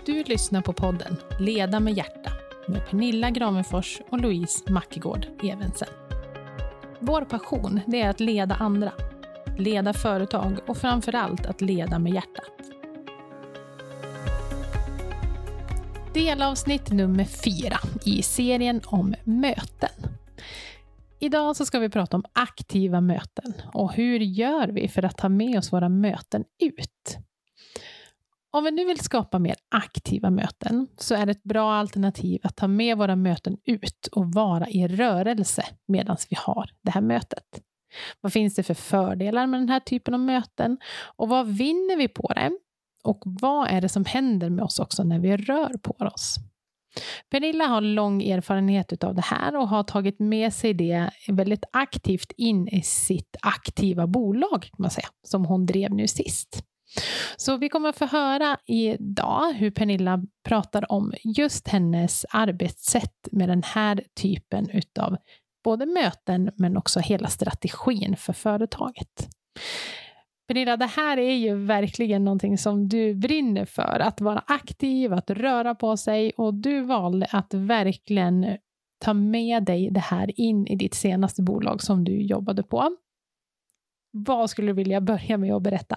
Du lyssnar på podden Leda med hjärta med Pernilla Gravenfors och Louise Mackegård Evensen. Vår passion, det är att leda andra, leda företag och framförallt att leda med hjärtat. Delavsnitt nummer 4 i serien om möten. Idag så ska vi prata om aktiva möten och hur gör vi för att ta med oss våra möten ut. Om vi nu vill skapa mer aktiva möten så är det ett bra alternativ att ta med våra möten ut och vara i rörelse medan vi har det här mötet. Vad finns det för fördelar med den här typen av möten och vad vinner vi på det? Och vad är det som händer med oss också när vi rör på oss? Pernilla har lång erfarenhet av det här och har tagit med sig det väldigt aktivt in i sitt aktiva bolag kan man säga, som hon drev nu sist. Så vi kommer att få höra idag hur Pernilla pratar om just hennes arbetssätt med den här typen utav både möten men också hela strategin för företaget. Pernilla, det här är ju verkligen någonting som du brinner för, att vara aktiv, att röra på sig, och du valde att verkligen ta med dig det här in i ditt senaste bolag som du jobbade på. Vad skulle du vilja börja med att berätta?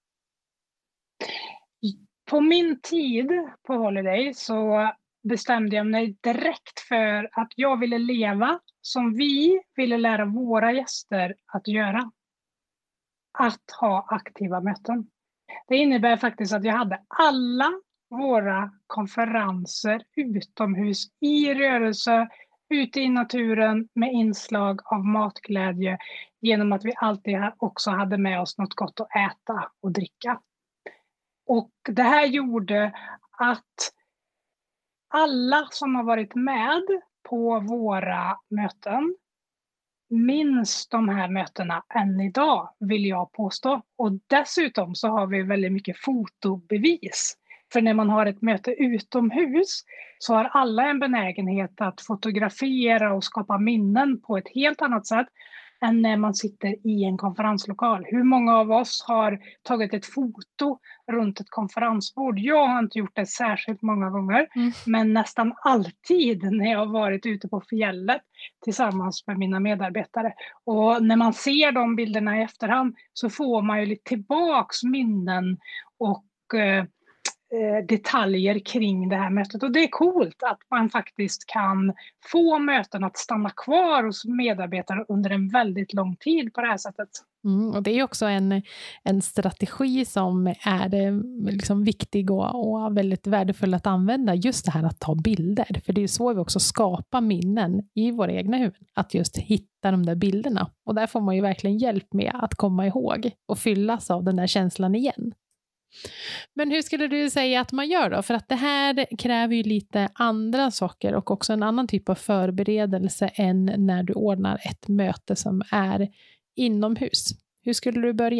På min tid på Holiday så bestämde jag mig direkt för att jag ville leva som vi ville lära våra gäster att göra. Att ha aktiva möten. Det innebär faktiskt att jag hade alla våra konferenser utomhus i rörelse, ute i naturen med inslag av matglädje genom att vi alltid också hade med oss något gott att äta och dricka. Och det här gjorde att alla som har varit med på våra möten minns de här mötena än idag, vill jag påstå. Och dessutom så har vi väldigt mycket fotobevis. För när man har ett möte utomhus så har alla en benägenhet att fotografera och skapa minnen på ett helt annat sätt än när man sitter i en konferenslokal. Hur många av oss har tagit ett foto runt ett konferensbord? Jag har inte gjort det särskilt många gånger, men nästan alltid när jag har varit ute på fjället tillsammans med mina medarbetare. Och när man ser de bilderna i efterhand så får man ju lite tillbaks minnen och detaljer kring det här mötet. Och det är coolt att man faktiskt kan få möten att stanna kvar hos medarbetare under en väldigt lång tid på det här sättet. Och det är också en strategi som är liksom viktig och väldigt värdefull att använda, just det här att ta bilder. För det är så vi också skapar minnen i våra egna huvuden, att just hitta de där bilderna. Och där får man ju verkligen hjälp med att komma ihåg och fyllas av den där känslan igen. Men hur skulle du säga att man gör då? För att det här kräver ju lite andra saker och också en annan typ av förberedelse än när du ordnar ett möte som är inomhus. Hur skulle du börja?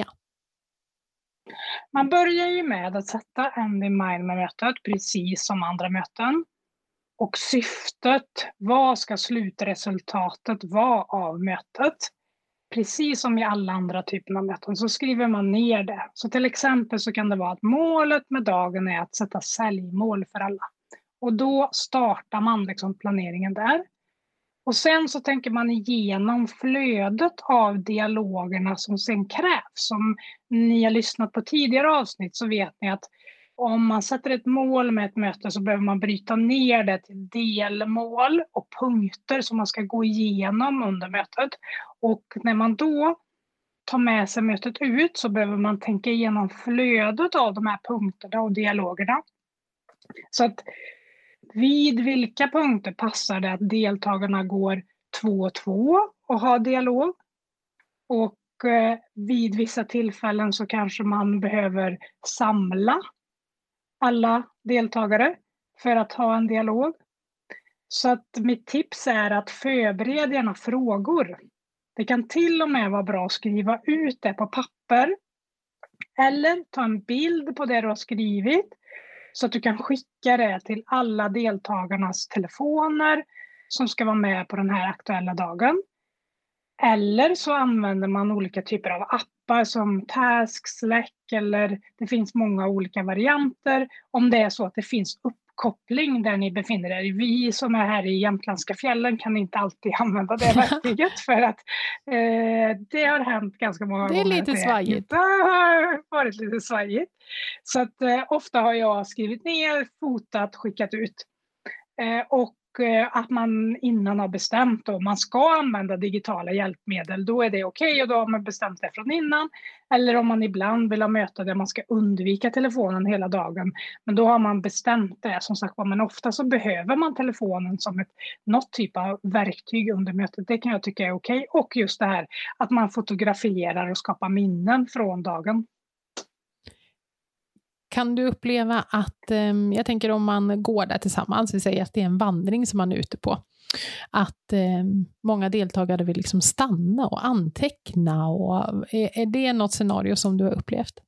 Man börjar ju med att sätta end in mind med mötet, precis som andra möten. Och syftet, vad ska slutresultatet vara av mötet? Precis som i alla andra typer av möten så skriver man ner det. Så till exempel så kan det vara att målet med dagen är att sätta säljmål för alla. Och då startar man liksom planeringen där. Och sen så tänker man igenom flödet av dialogerna som sen krävs. Om ni har lyssnat på tidigare avsnitt så vet ni att om man sätter ett mål med ett möte så behöver man bryta ner det till delmål och punkter som man ska gå igenom under mötet. Och när man då tar med sig mötet ut så behöver man tänka igenom flödet av de här punkterna och dialogerna. Så att vid vilka punkter passar det att deltagarna går 2-2 och har dialog. Och vid vissa tillfällen så kanske man behöver samla alla deltagare för att ha en dialog. Så att mitt tips är att förbereda gärna frågor. Det kan till och med vara bra att skriva ut det på papper. Eller ta en bild på det du har skrivit. Så att du kan skicka det till alla deltagarnas telefoner som ska vara med på den här aktuella dagen. Eller så använder man olika typer av appar som Task, Slack eller det finns många olika varianter. Om det är så att det finns uppkoppling där ni befinner er. Vi som är här i jämtländska fjällen kan inte alltid använda det verktyget för att det har hänt ganska många gånger. Det är lite svajigt. Det har varit lite svajigt. Så att ofta har jag skrivit ner, fotat, skickat ut. Och att man innan har bestämt om man ska använda digitala hjälpmedel, då är det okej och då har man bestämt det från innan. Eller om man ibland vill ha möten där man ska undvika telefonen hela dagen, men då har man bestämt det som sagt. Men ofta så behöver man telefonen som något typ av verktyg under mötet. Det kan jag tycka är okej. Och just det här att man fotograferar och skapar minnen från dagen. Kan du uppleva att, jag tänker om man går där tillsammans, vi säger att det är en vandring som man är ute på, att många deltagare vill liksom stanna och anteckna, och är det något scenario som du har upplevt?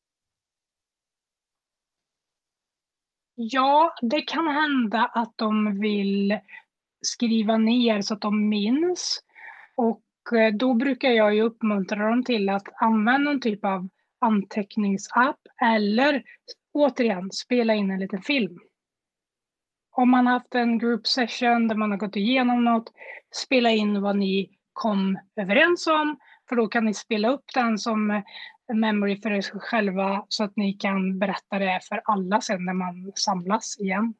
Ja, det kan hända att de vill skriva ner så att de minns, och då brukar jag ju uppmuntra dem till att använda någon typ av anteckningsapp eller återigen spela in en liten film. Om man har haft en group session där man har gått igenom något, spela in vad ni kom överens om, för då kan ni spela upp den som memory för er själva så att ni kan berätta det för alla sen när man samlas igen.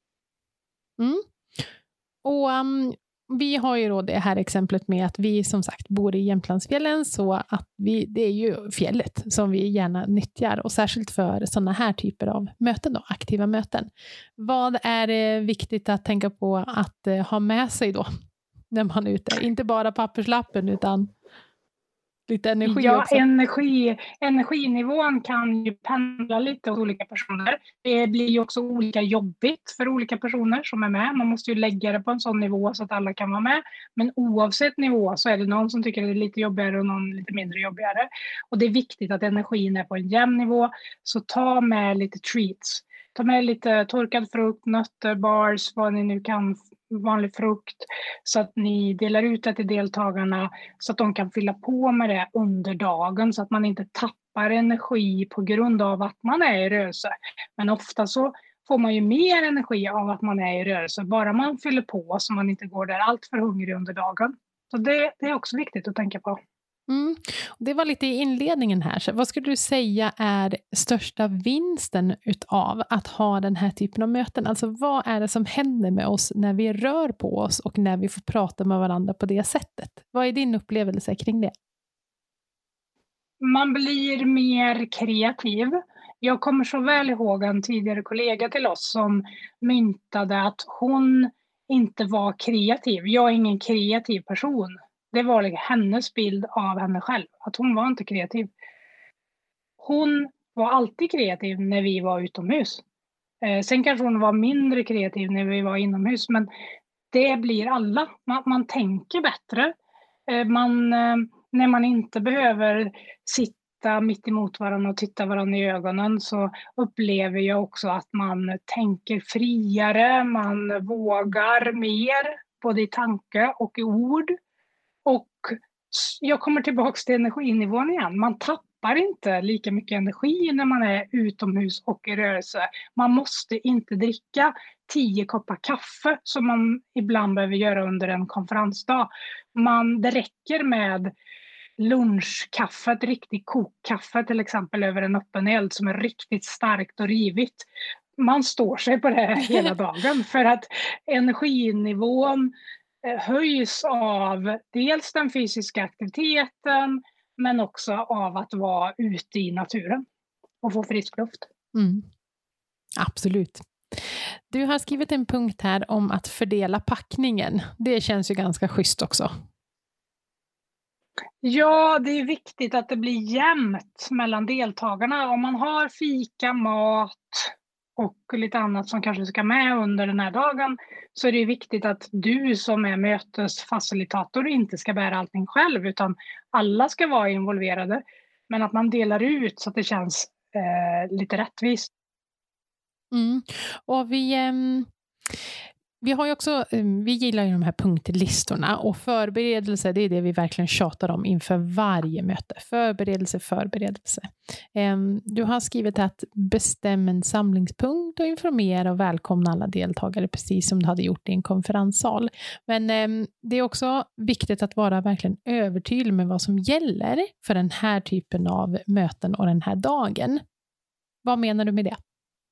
Och vi har ju då det här exemplet med att vi som sagt bor i Jämtlandsfjällen, så att det är ju fjället som vi gärna nyttjar, och särskilt för sådana här typer av möten då, aktiva möten. Vad är viktigt att tänka på att ha med sig då när man är ute? Inte bara papperslappen utan lite energi också. Energinivån kan ju pendla lite hos olika personer. Det blir ju också olika jobbigt för olika personer som är med. Man måste ju lägga det på en sån nivå så att alla kan vara med. Men oavsett nivå så är det någon som tycker det är lite jobbigare och någon lite mindre jobbigare. Och det är viktigt att energin är på en jämn nivå. Så ta med lite treats. Ta med lite torkad frukt, nötter, bars, vad ni nu kan, vanlig frukt, så att ni delar ut det till deltagarna så att de kan fylla på med det under dagen, så att man inte tappar energi på grund av att man är i rörelse. Men ofta så får man ju mer energi av att man är i rörelse, bara man fyller på så man inte går där allt för hungrig under dagen. Så det är också viktigt att tänka på. Det var lite i inledningen här. Så vad skulle du säga är största vinsten utav att ha den här typen av möten? Alltså vad är det som händer med oss när vi rör på oss och när vi får prata med varandra på det sättet? Vad är din upplevelse kring det? Man blir mer kreativ. Jag kommer så väl ihåg en tidigare kollega till oss som myntade att hon inte var kreativ. Jag är ingen kreativ person. Det var hennes bild av henne själv, att hon var inte kreativ. Hon var alltid kreativ när vi var utomhus. Sen kanske hon var mindre kreativ när vi var inomhus, men det blir alla. Man tänker bättre. När man inte behöver sitta mitt emot varandra och titta varandra i ögonen, så upplever jag också att man tänker friare, man vågar mer, både i tanke och i ord. Och jag kommer tillbaka till energinivån igen. Man tappar inte lika mycket energi när man är utomhus och i rörelse. Man måste inte dricka 10 koppar kaffe som man ibland behöver göra under en konferensdag. Det räcker med lunchkaffe, ett riktigt kokkaffe till exempel över en öppen eld som är riktigt starkt och rivigt. Man står sig på det hela dagen för att energinivån höjs av dels den fysiska aktiviteten men också av att vara ute i naturen och få frisk luft. Absolut. Du har skrivit en punkt här om att fördela packningen. Det känns ju ganska schysst också. Ja, det är viktigt att det blir jämnt mellan deltagarna. Om man har fika, mat och lite annat som kanske ska med under den här dagen, så är det viktigt att du som är mötesfacilitator inte ska bära allting själv, utan alla ska vara involverade. Men att man delar ut så att det känns lite rättvist. Och Vi har ju också, vi gillar ju de här punktlistorna, och förberedelse, det är det vi verkligen tjatar om inför varje möte. Förberedelse. Du har skrivit att bestäm en samlingspunkt och informera och välkomna alla deltagare, precis som du hade gjort i en konferenssal. Men det är också viktigt att vara verkligen övertydlig med vad som gäller för den här typen av möten och den här dagen. Vad menar du med det?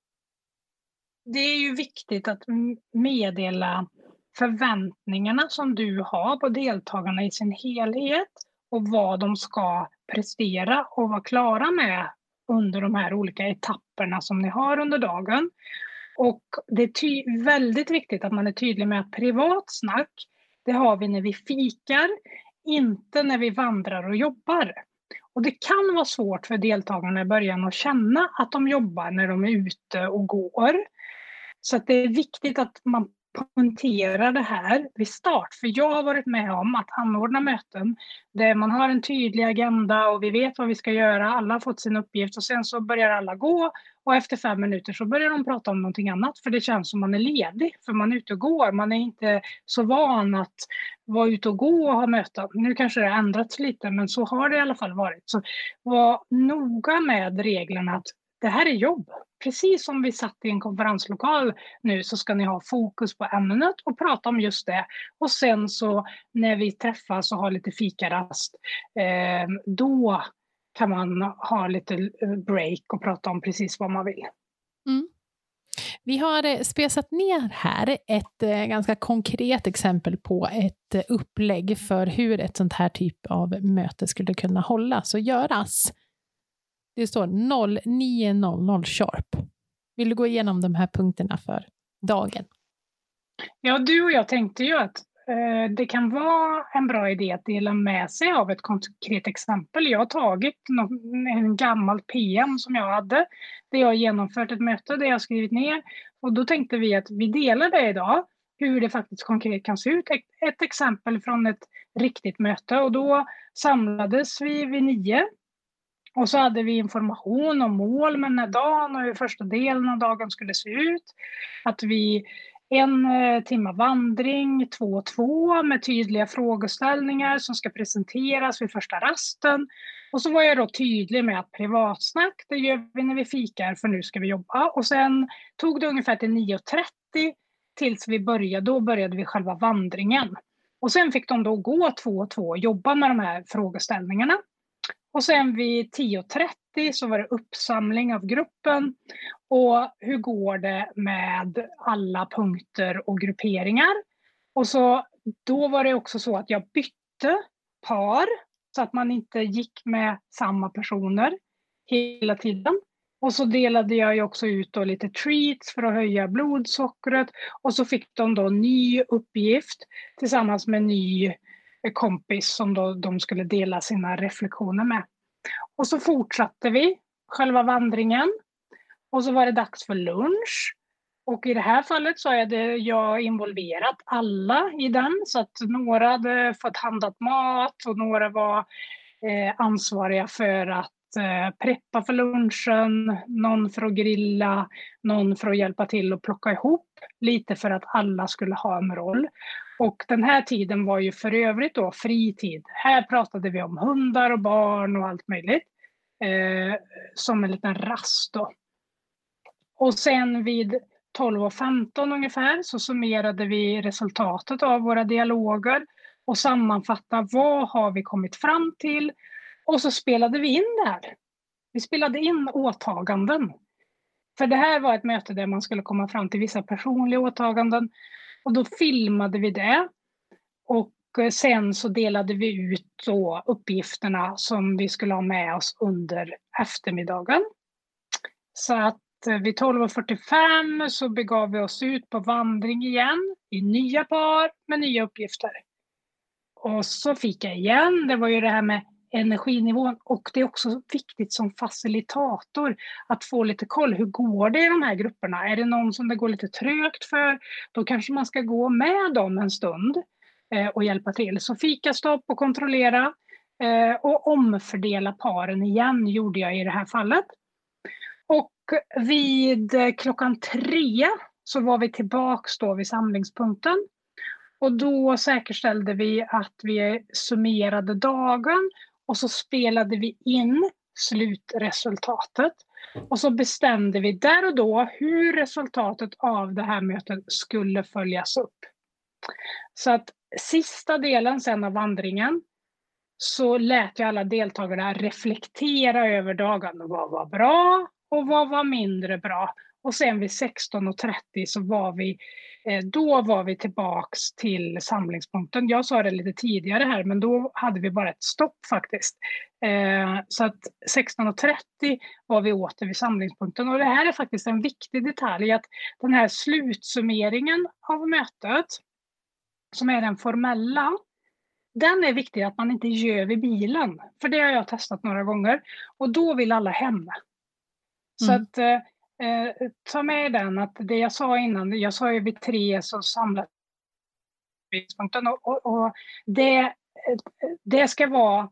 Det är ju viktigt att meddela förväntningarna som du har på deltagarna i sin helhet och vad de ska prestera och vara klara med under de här olika etapperna som ni har under dagen. Och det är väldigt viktigt att man är tydlig med att privat snack, det har vi när vi fikar, inte när vi vandrar och jobbar. Och det kan vara svårt för deltagarna i början att känna att de jobbar när de är ute och går. Så att det är viktigt att man poängterar det här vid start. För jag har varit med om att anordna möten där man har en tydlig agenda och vi vet vad vi ska göra. Alla har fått sin uppgift och sen så börjar alla gå. Och efter 5 minuter så börjar de prata om någonting annat. För det känns som man är ledig. För man är ute och går. Man är inte så van att vara ute och gå och ha möten. Nu kanske det har ändrats lite, men så har det i alla fall varit. Så var noga med reglerna att det här är jobb. Precis som vi satt i en konferenslokal nu så ska ni ha fokus på ämnet och prata om just det. Och sen så när vi träffas och har lite fikarast, då kan man ha lite break och prata om precis vad man vill. Mm. Vi har spesat ner här ett ganska konkret exempel på ett upplägg för hur ett sånt här typ av möte skulle kunna hållas och göras. Det står 09:00 sharp. Vill du gå igenom de här punkterna för dagen? Ja, du och jag tänkte ju att det kan vara en bra idé att dela med sig av ett konkret exempel. Jag har tagit en gammal PM som jag hade, där jag har genomfört ett möte där jag har skrivit ner. Och då tänkte vi att vi delar det idag, hur det faktiskt konkret kan se ut. Ett exempel från ett riktigt möte, och då samlades vi vid 9. Och så hade vi information om mål med den här dagen och hur första delen av dagen skulle se ut. Att vi 1 timme vandring, 2 med tydliga frågeställningar som ska presenteras vid första rasten. Och så var jag då tydlig med att privatsnack, det gör vi när vi fikar för nu ska vi jobba. Och sen tog det ungefär till 9:30 tills vi började, då började vi själva vandringen. Och sen fick de då gå 2 och jobba med de här frågeställningarna. Och sen vid 10:30 så var det uppsamling av gruppen och hur går det med alla punkter och grupperingar. Och så då var det också så att jag bytte par så att man inte gick med samma personer hela tiden. Och så delade jag ju också ut då lite treats för att höja blodsockret, och så fick de då ny uppgift tillsammans med en ny kompis som då de skulle dela sina reflektioner med. Och så fortsatte vi själva vandringen och så var det dags för lunch. Och i det här fallet så hade jag involverat alla i den, så att några hade fått handlat mat och några var ansvariga för att preppa för lunchen, någon för att grilla, någon för att hjälpa till att plocka ihop lite för att alla skulle ha en roll. Och den här tiden var ju för övrigt då fritid. Här pratade vi om hundar och barn och allt möjligt. Som en liten rast då. Och sen vid 12:15 ungefär så summerade vi resultatet av våra dialoger och sammanfattade vad har vi kommit fram till. Och så spelade vi in det här. Vi spelade in åtaganden. För det här var ett möte där man skulle komma fram till vissa personliga åtaganden. Och då filmade vi det. Och sen så delade vi ut då uppgifterna som vi skulle ha med oss under eftermiddagen. Så att vid 12:45 så begav vi oss ut på vandring igen i nya par med nya uppgifter. Och så fick jag igen, det var ju det här med energinivån, och det är också viktigt som facilitator att få lite koll. Hur går det i de här grupperna? Är det någon som det går lite trögt för? Då kanske man ska gå med dem en stund och hjälpa till. Så fikastopp och kontrollera och omfördela paren igen gjorde jag i det här fallet. Och vid 3:00 så var vi tillbaks då vid samlingspunkten. Och då säkerställde vi att vi summerade dagen och så spelade vi in slutresultatet. Och så bestämde vi där och då hur resultatet av det här mötet skulle följas upp. Så att sista delen sen av vandringen så lät jag alla deltagarna reflektera över dagen. Vad var bra och vad var mindre bra? Och sen vid 16.30 så var vi tillbaks till samlingspunkten. Jag sa det lite tidigare här, men då hade vi bara ett stopp faktiskt. Så att 16.30 var vi åter vid samlingspunkten. Och det här är faktiskt en viktig detalj, att den här slutsummeringen av mötet, som är den formella, den är viktig att man inte gör vid bilen. För det har jag testat några gånger. Och då vill alla hem. Så att ta med den, att det jag sa innan, jag sa ju vid 3 så samlas punkten. Och det ska vara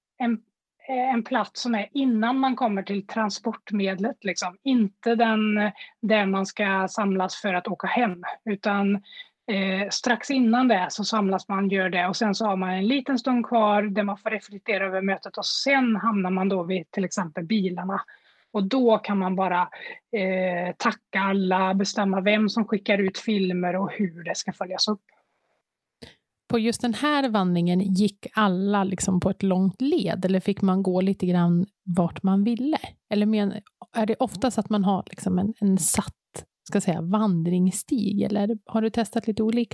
en plats som är innan man kommer till transportmedlet. Liksom. Inte den där man ska samlas för att åka hem. Utan strax innan det så samlas man, gör det, och sen så har man en liten stund kvar där man får reflektera över mötet och sen hamnar man då vid till exempel bilarna. Och då kan man bara tacka alla, bestämma vem som skickar ut filmer och hur det ska följas upp. På just den här vandringen gick alla liksom på ett långt led, eller fick man gå lite grann vart man ville? Eller är det oftast att man har liksom en satt, ska säga, vandringsstig, eller har du testat lite olika?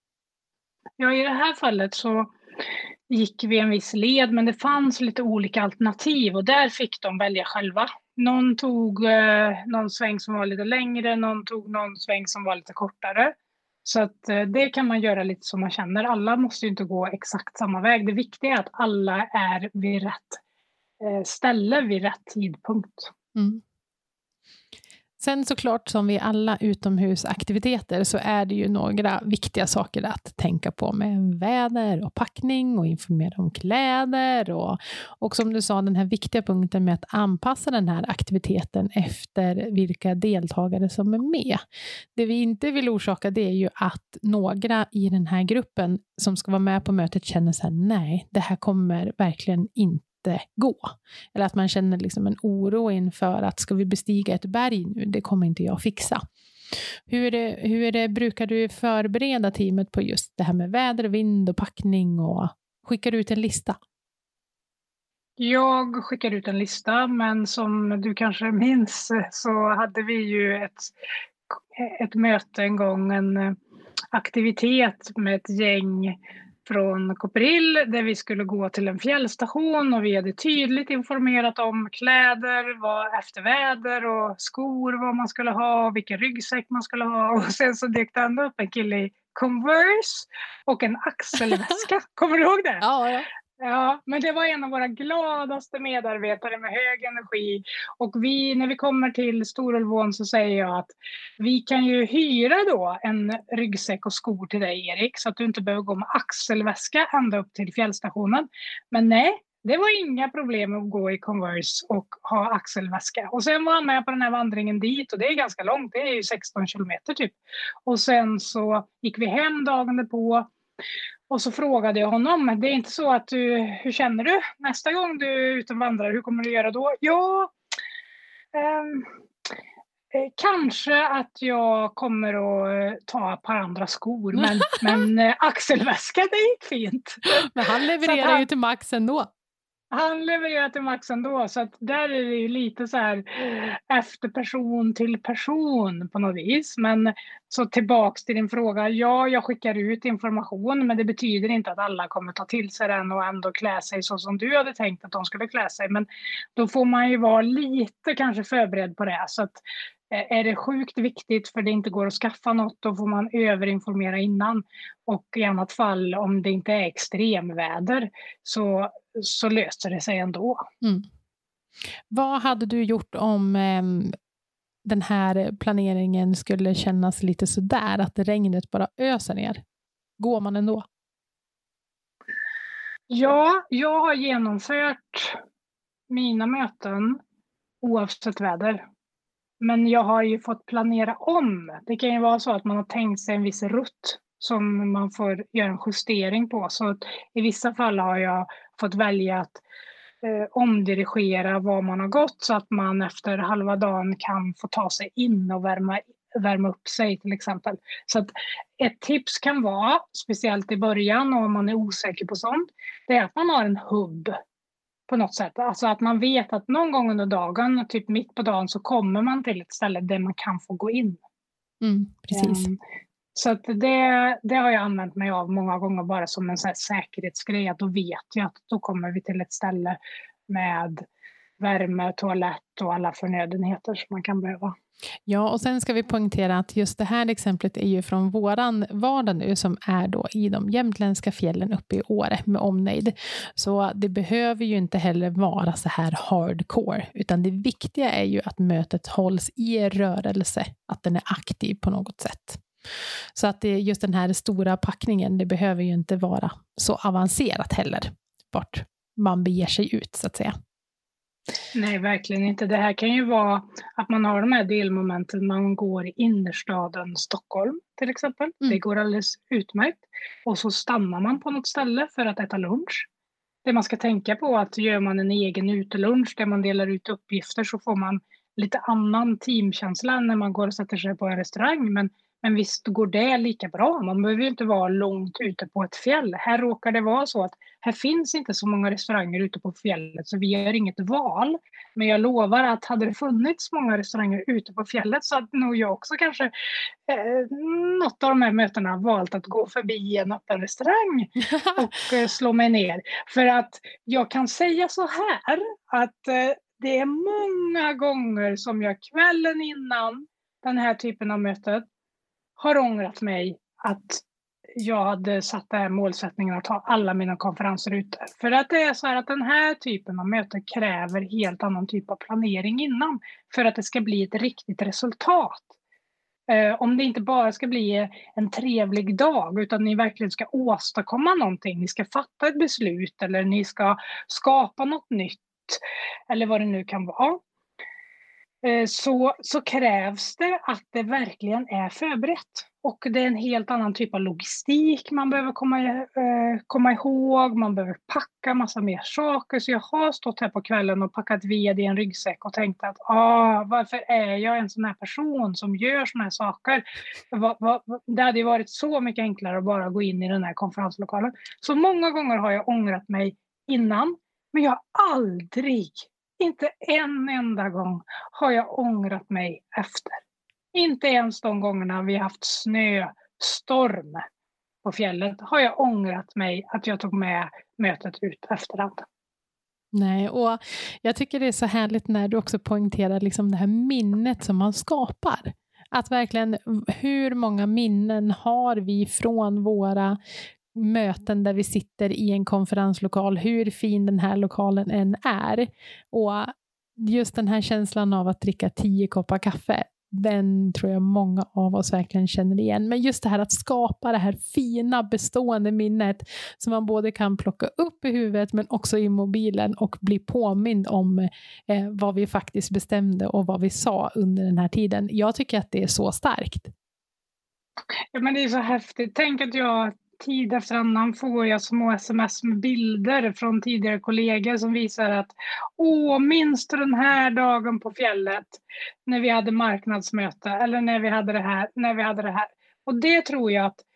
Ja, i det här fallet så gick vi en viss led, men det fanns lite olika alternativ och där fick de välja själva. Någon tog någon sväng som var lite längre, någon tog någon sväng som var lite kortare. Så att det kan man göra lite som man känner. Alla måste ju inte gå exakt samma väg. Det viktiga är att alla är vid rätt ställe vid rätt tidpunkt. Mm. Sen såklart, som vid alla utomhusaktiviteter, så är det ju några viktiga saker att tänka på med väder och packning och informera om kläder och som du sa, den här viktiga punkten med att anpassa den här aktiviteten efter vilka deltagare som är med. Det vi inte vill orsaka, det är ju att några i den här gruppen som ska vara med på mötet känner så här: nej, det här kommer verkligen inte gå. Eller att man känner liksom en oro inför att ska vi bestiga ett berg nu, det kommer inte jag fixa. Hur brukar du förbereda teamet på just det här med väder, vind och packning, och skickar du ut en lista? Jag skickar ut en lista, men som du kanske minns så hade vi ju ett möte en gång, en aktivitet med ett gäng från Copperhill där vi skulle gå till en fjällstation och vi hade tydligt informerat om kläder, vad efter väder och skor, vad man skulle ha och vilken ryggsäck man skulle ha. Och sen så dök det ändå upp en kille i Converse och en axelväska. Kommer du ihåg det? Ja. Ja, men det var en av våra gladaste medarbetare med hög energi. Och när vi kommer till Storulvån så säger jag att vi kan ju hyra då en ryggsäck och skor till dig, Erik, så att du inte behöver gå med axelväska ända upp till fjällstationen. Men nej, det var inga problem att gå i Converse och ha axelväska. Och sen var han med på den här vandringen dit, och det är ganska långt, det är ju 16 kilometer typ. Och sen så gick vi hem dagen på. Och så frågade jag honom, det är inte så att hur känner du nästa gång du är ute och vandrar, hur kommer du göra då? Ja, kanske att jag kommer att ta ett par andra skor, men axelväska, det gick fint. Men han levererar ju till Max ändå. Han levererar till Max ändå, så att där är det ju lite så här efter person till person på något vis. Men så tillbaks till din fråga, ja, jag skickar ut information, men det betyder inte att alla kommer ta till sig den och ändå klä sig så som du hade tänkt att de skulle klä sig. Men då får man ju vara lite kanske förberedd på det. Så att är det sjukt viktigt för det inte går att skaffa något, då får man överinformera innan. Och i annat fall, om det inte är extremväder, så löser det sig ändå. Mm. Vad hade du gjort om den här planeringen skulle kännas lite sådär, att regnet bara öser ner? Går man ändå? Ja, jag har genomfört mina möten oavsett väder. Men jag har ju fått planera om. Det kan ju vara så att man har tänkt sig en viss rutt som man får göra en justering på. Så att i vissa fall har jag fått välja att omdirigera var man har gått så att man efter halva dagen kan få ta sig in och värma upp sig till exempel. Så att ett tips kan vara, speciellt i början och om man är osäker på sånt, det är att man har en hubb på något sätt. Alltså att man vet att någon gång under dagen, typ mitt på dagen, så kommer man till ett ställe där man kan få gå in. Precis. Så att det har jag använt mig av många gånger bara som en sån här säkerhetsgrej. Att då vet jag att då kommer vi till ett ställe med värme, toalett och alla förnödenheter som man kan behöva. Ja, och sen ska vi poängtera att just det här exemplet är ju från våran vardag nu som är då i de jämtländska fjällen uppe i Åre med omnejd. Så det behöver ju inte heller vara så här hardcore, utan det viktiga är ju att mötet hålls i rörelse, att den är aktiv på något sätt. Så att det är just den här stora packningen, det behöver ju inte vara så avancerat heller, vart man beger sig ut så att säga. Nej, verkligen inte. Det här kan ju vara att man har de här delmomenten. Man går i innerstaden Stockholm till exempel. Det går alldeles utmärkt. Och så stannar man på något ställe för att äta lunch. Det man ska tänka på är att gör man en egen utelunch där man delar ut uppgifter så får man lite annan teamkänsla när man går och sätter sig på en restaurang. Men visst går det lika bra. Man behöver ju inte vara långt ute på ett fjäll. Här råkar det vara så att här finns inte så många restauranger ute på fjället så vi har inget val. Men jag lovar att hade det funnits många restauranger ute på fjället så hade nog jag också kanske något av de här mötena valt att gå förbi en öppen restaurang och slå mig ner. För att jag kan säga så här att det är många gånger som jag kvällen innan den här typen av mötet har ångrat mig att jag hade satt den här målsättningen att ha alla mina konferenser ute. För att det är så här att den här typen av möte kräver helt annan typ av planering innan. För att det ska bli ett riktigt resultat. Om det inte bara ska bli en trevlig dag utan ni verkligen ska åstadkomma någonting. Ni ska fatta ett beslut eller ni ska skapa något nytt. Eller vad det nu kan vara. Så krävs det att det verkligen är förberett. Och det är en helt annan typ av logistik man behöver komma ihåg. Man behöver packa massa mer saker. Så jag har stått här på kvällen och packat ved i en ryggsäck och tänkt att varför är jag en sån här person som gör såna här saker? Det hade ju varit så mycket enklare att bara gå in i den här konferenslokalen. Så många gånger har jag ångrat mig innan. Men jag har aldrig, inte en enda gång, har jag ångrat mig efter. Inte ens de gångerna vi haft snöstorm på fjället har jag ångrat mig att jag tog med mötet ut efterhand. Nej, och jag tycker det är så härligt när du också poängterar liksom det här minnet som man skapar. Att verkligen, hur många minnen har vi från våra möten där vi sitter i en konferenslokal, hur fin den här lokalen än är. Och just den här känslan av att dricka 10 koppar kaffe, den tror jag många av oss verkligen känner igen. Men just det här att skapa det här fina bestående minnet som man både kan plocka upp i huvudet men också i mobilen och bli påmind om vad vi faktiskt bestämde och vad vi sa under den här tiden. Jag tycker att det är så starkt. Ja, men det är så häftigt. Tänk att jag tid efter annan får jag små sms med bilder från tidigare kollegor som visar att minns du den här dagen på fjället när vi hade marknadsmöte eller när vi hade det här. Och det tror jag att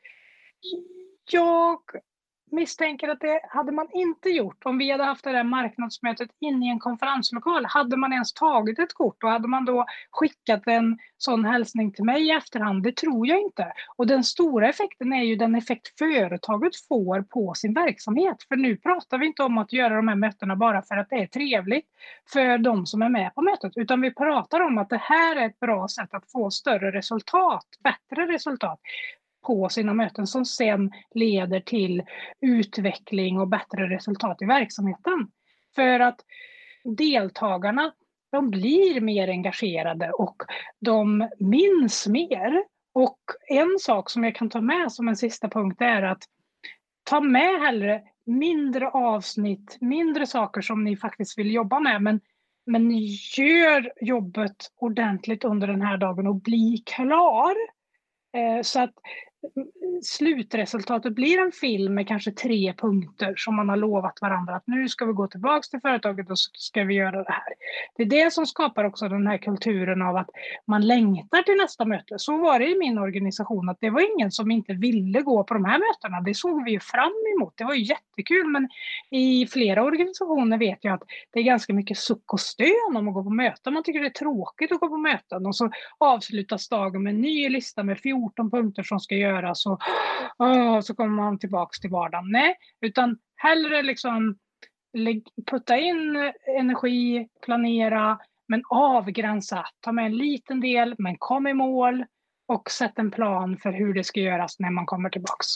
jag misstänker att det hade man inte gjort om vi hade haft det där marknadsmötet inne i en konferenslokal. Hade man ens tagit ett kort och hade man då skickat en sån hälsning till mig i efterhand? Det tror jag inte. Och den stora effekten är ju den effekt företaget får på sin verksamhet. För nu pratar vi inte om att göra de här mötena bara för att det är trevligt för de som är med på mötet. Utan vi pratar om att det här är ett bra sätt att få större resultat, bättre resultat på sina möten som sen leder till utveckling och bättre resultat i verksamheten. För att deltagarna, de blir mer engagerade och de minns mer. Och en sak som jag kan ta med som en sista punkt är att ta med hellre mindre avsnitt, mindre saker som ni faktiskt vill jobba med, men Men gör jobbet ordentligt under den här dagen och bli klar. Så att slutresultatet blir en film med kanske 3 punkter som man har lovat varandra att nu ska vi gå tillbaka till företaget och så ska vi göra det här. Det är det som skapar också den här kulturen av att man längtar till nästa möte. Så var det i min organisation, att det var ingen som inte ville gå på de här mötena. Det såg vi ju fram emot. Det var ju jättekul, men i flera organisationer vet jag att det är ganska mycket suck och stön om att gå på möten. Man tycker det är tråkigt att gå på möten och så avslutas dagen med en ny lista med 14 punkter som ska göras och så kommer man tillbaka till vardagen. Nej, utan hellre liksom putta in energi, planera, men avgränsa. Ta med en liten del, men kom i mål och sätt en plan för hur det ska göras när man kommer tillbaks.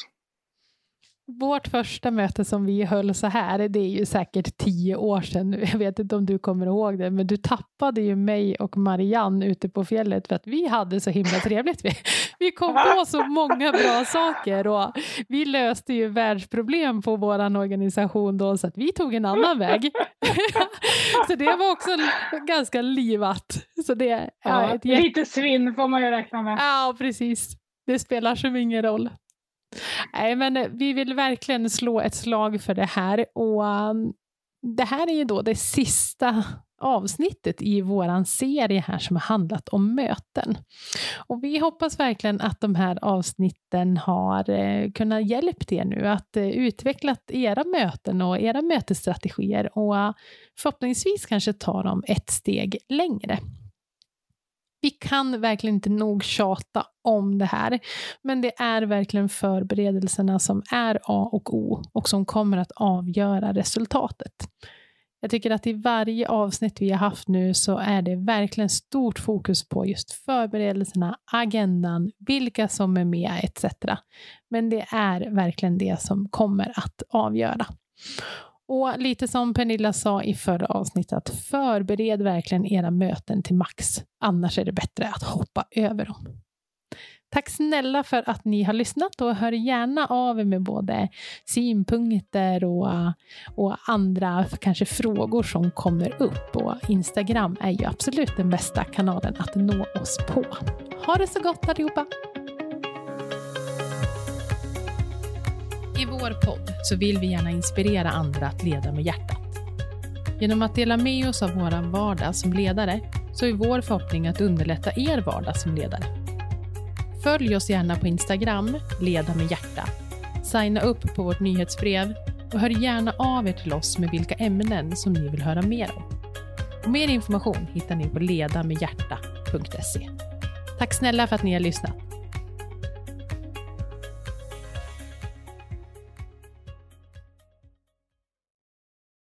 Vårt första möte som vi höll så här, det är ju säkert 10 år sedan. Jag vet inte om du kommer ihåg det, men du tappade ju mig och Marianne ute på fjället för att vi hade så himla trevligt. Vi kom på så många bra saker och vi löste ju världsproblem på våran organisation då, så att vi tog en annan väg. Så det var också ganska livat. Så det är lite svinn får man ju räkna med. Ja, precis. Det spelar som ingen roll. Nej, men vi vill verkligen slå ett slag för det här, och det här är ju då det sista avsnittet i våran serie här som har handlat om möten. Och vi hoppas verkligen att de här avsnitten har kunnat hjälpa er nu att utveckla era möten och era mötesstrategier och förhoppningsvis kanske ta dem ett steg längre. Vi kan verkligen inte nog tjata om det här, men det är verkligen förberedelserna som är A och O och som kommer att avgöra resultatet. Jag tycker att i varje avsnitt vi har haft nu så är det verkligen stort fokus på just förberedelserna, agendan, vilka som är med etc. Men det är verkligen det som kommer att avgöra. Och lite som Pernilla sa i förra avsnittet, förbered verkligen era möten till max. Annars är det bättre att hoppa över dem. Tack snälla för att ni har lyssnat, och hör gärna av er med både synpunkter och andra kanske frågor som kommer upp. Och Instagram är ju absolut den bästa kanalen att nå oss på. Ha det så gott allihopa! I vår podd så vill vi gärna inspirera andra att leda med hjärtat. Genom att dela med oss av våran vardag som ledare så är vår förhoppning att underlätta er vardag som ledare. Följ oss gärna på Instagram, Leda med hjärta. Signa upp på vårt nyhetsbrev och hör gärna av er till oss med vilka ämnen som ni vill höra mer om. Och mer information hittar ni på ledamedhjärta.se. Tack snälla för att ni har lyssnat.